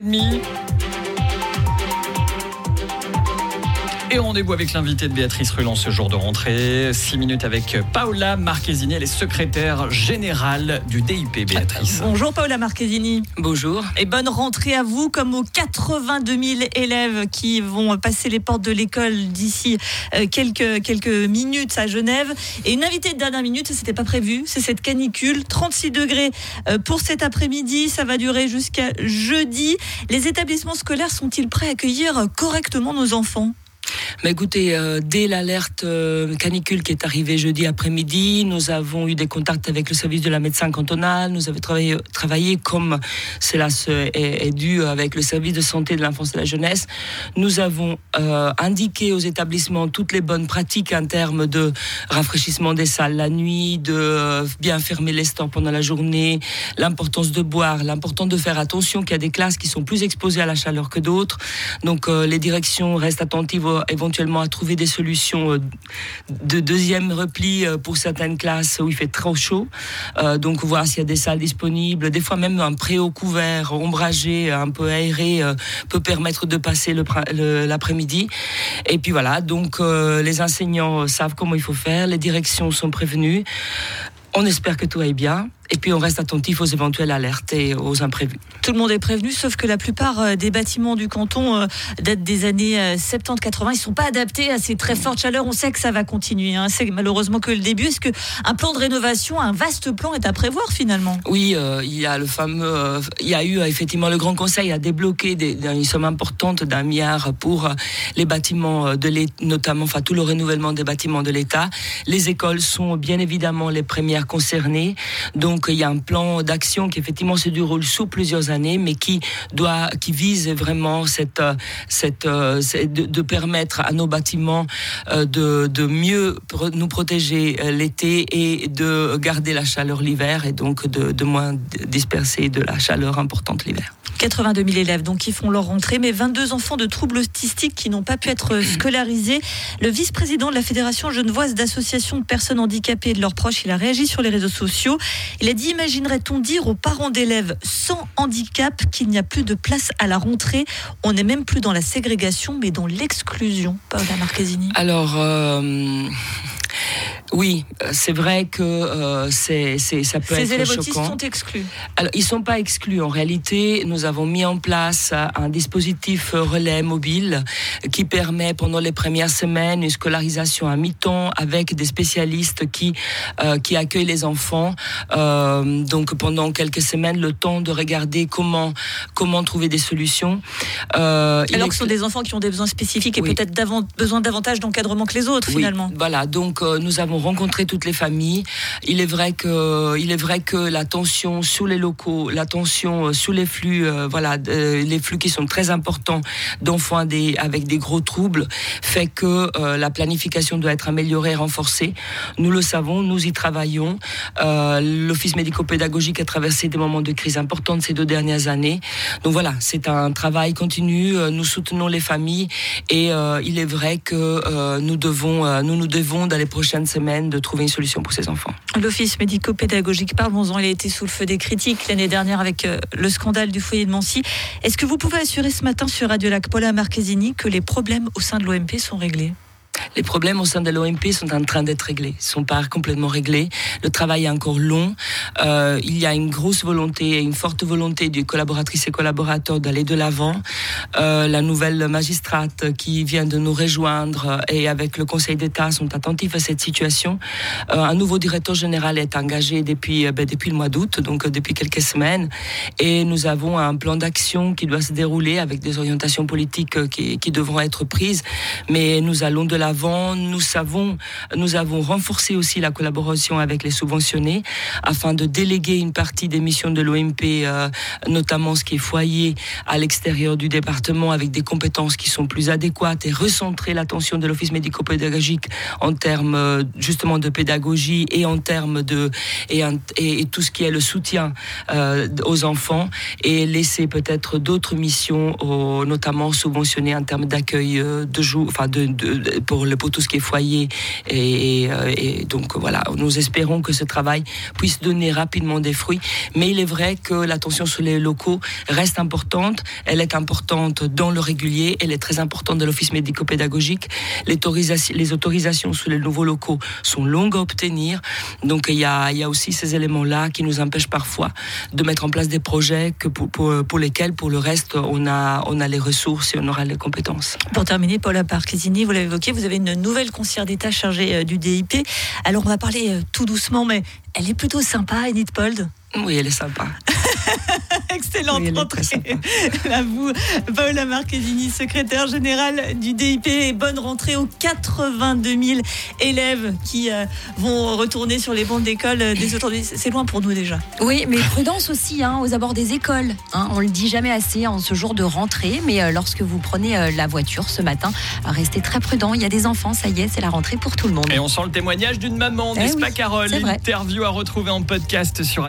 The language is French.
Et rendez-vous avec l'invité de Béatrice Ruland ce jour de rentrée. 6 minutes avec Paola Marchesini, elle est secrétaire générale du DIP, Béatrice. Bonjour Paola Marchesini. Bonjour. Et bonne rentrée à vous, comme aux 82 000 élèves qui vont passer les portes de l'école d'ici quelques minutes à Genève. Et une invitée de dernière minute, ça c'était pas prévu, c'est cette canicule. 36 degrés pour cet après-midi, ça va durer jusqu'à jeudi. Les établissements scolaires sont-ils prêts à accueillir correctement nos enfants ? Mais écoutez, dès l'alerte canicule qui est arrivée jeudi après-midi, nous avons eu des contacts avec le service de la médecine cantonale. Nous avons travaillé comme cela est dû avec le service de santé de l'enfance et de la jeunesse. Nous avons indiqué aux établissements toutes les bonnes pratiques en termes de rafraîchissement des salles la nuit, de bien fermer les stores pendant la journée, l'importance de boire, l'importance de faire attention qu'il y a des classes qui sont plus exposées à la chaleur que d'autres. Donc les directions restent attentives éventuellement à trouver des solutions de deuxième repli pour certaines classes où il fait trop chaud. Donc voir s'il y a des salles disponibles. Des fois même un préau couvert, ombragé, un peu aéré peut permettre de passer l'après-midi. Et puis voilà, donc les enseignants savent comment il faut faire, les directions sont prévenues. On espère que tout aille bien. Et puis on reste attentif aux éventuelles alertes et aux imprévus. Tout le monde est prévenu, sauf que la plupart des bâtiments du canton datent des années 70-80. Ils ne sont pas adaptés à ces très fortes chaleurs. On sait que ça va continuer. C'est malheureusement que le début. Est-ce qu'un plan de rénovation, un vaste plan est à prévoir finalement ? Oui, il y a le fameux... il y a eu effectivement le Grand Conseil a débloqué une somme importante d'1 milliard pour les bâtiments de l'État, notamment tout le renouvellement des bâtiments de l'État. Les écoles sont bien évidemment les premières concernées. Donc il y a un plan d'action qui effectivement se déroule sur plusieurs années, mais qui vise vraiment de permettre à nos bâtiments de mieux nous protéger l'été et de garder la chaleur l'hiver et donc de moins disperser de la chaleur importante l'hiver. 82 000 élèves donc qui font leur rentrée, mais 22 enfants de troubles autistiques qui n'ont pas pu être scolarisés. Le vice-président de la Fédération genevoise d'associations de personnes handicapées et de leurs proches, il a réagi sur les réseaux sociaux. Il a dit: imaginerait-on dire aux parents d'élèves sans handicap qu'il n'y a plus de place à la rentrée ? On n'est même plus dans la ségrégation, mais dans l'exclusion. Paola Marchesini. Alors... Oui, c'est vrai que ça peut Ces être choquant. Ces élèves autistes sont exclus. Alors, ils ne sont pas exclus. En réalité, nous avons mis en place un dispositif relais mobile qui permet pendant les premières semaines une scolarisation à mi-temps avec des spécialistes qui accueillent les enfants. Donc pendant quelques semaines, le temps de regarder comment trouver des solutions. Alors que ce sont des enfants qui ont des besoins spécifiques et peut-être besoin davantage d'encadrement que les autres finalement. Voilà, donc nous avons rencontré toutes les familles. Il est vrai que la tension sur les locaux, la tension sur les flux, les flux qui sont très importants d'enfants avec des gros troubles, fait que la planification doit être améliorée et renforcée. Nous le savons, nous y travaillons. L'Office médico-pédagogique a traversé des moments de crise importantes ces 2 dernières années. Donc voilà, c'est un travail continu. Nous soutenons les familles et il est vrai que nous nous devons dans les prochaines semaines de trouver une solution pour ces enfants. L'Office médico-pédagogique, parlons-en, il a été sous le feu des critiques l'année dernière avec le scandale du foyer de Mancy. Est-ce que vous pouvez assurer ce matin sur Radio Lac, Paola Marchesini, que les problèmes au sein de l'OMP sont réglés ? Les problèmes au sein de l'OMP sont en train d'être réglés. Ils ne sont pas complètement réglés. Le travail est encore long. Il y a une grosse volonté, une forte volonté des collaboratrices et collaborateurs d'aller de l'avant. La nouvelle magistrate qui vient de nous rejoindre et avec le Conseil d'État sont attentifs à cette situation. Un nouveau directeur général est engagé depuis le mois d'août, donc depuis quelques semaines. Et nous avons un plan d'action qui doit se dérouler avec des orientations politiques qui devront être prises. Mais nous allons de l'avant. Nous avons renforcé aussi la collaboration avec les subventionnés afin de déléguer une partie des missions de l'OMP, notamment ce qui est foyer à l'extérieur du département avec des compétences qui sont plus adéquates et recentrer l'attention de l'Office médico-pédagogique en termes justement de pédagogie et en termes et tout ce qui est le soutien aux enfants et laisser peut-être d'autres missions, notamment subventionnées en termes d'accueil de jour, pour pour tout ce qui est foyer. Et donc voilà, nous espérons que ce travail puisse donner rapidement des fruits. Mais il est vrai que l'attention sur les locaux reste importante. Elle est importante dans le régulier. Elle est très importante dans l'office médico-pédagogique. Les autorisations sur les nouveaux locaux sont longues à obtenir. Donc il y a aussi ces éléments-là qui nous empêchent parfois de mettre en place des projets que pour lesquels, pour le reste, on a les ressources et on aura les compétences. Pour terminer, Paola Marchesini, vous l'avez évoqué, vous avez une nouvelle conseillère d'État chargée du DIP. Alors on va parler tout doucement, mais elle est plutôt sympa, Edith Pold. Oui, elle est sympa. Excellente rentrée à vous, Paola Marchesini, secrétaire générale du DIP. Et bonne rentrée aux 82 000 élèves qui vont retourner sur les bancs d'école dès aujourd'hui. C'est loin pour nous déjà. Oui, mais prudence aussi aux abords des écoles. On le dit jamais assez en ce jour de rentrée, mais lorsque vous prenez la voiture ce matin, restez très prudent. Il y a des enfants, ça y est, c'est la rentrée pour tout le monde. Et on sent le témoignage d'une maman, n'est-ce pas Carole? C'est vrai. Interview à retrouver en podcast sur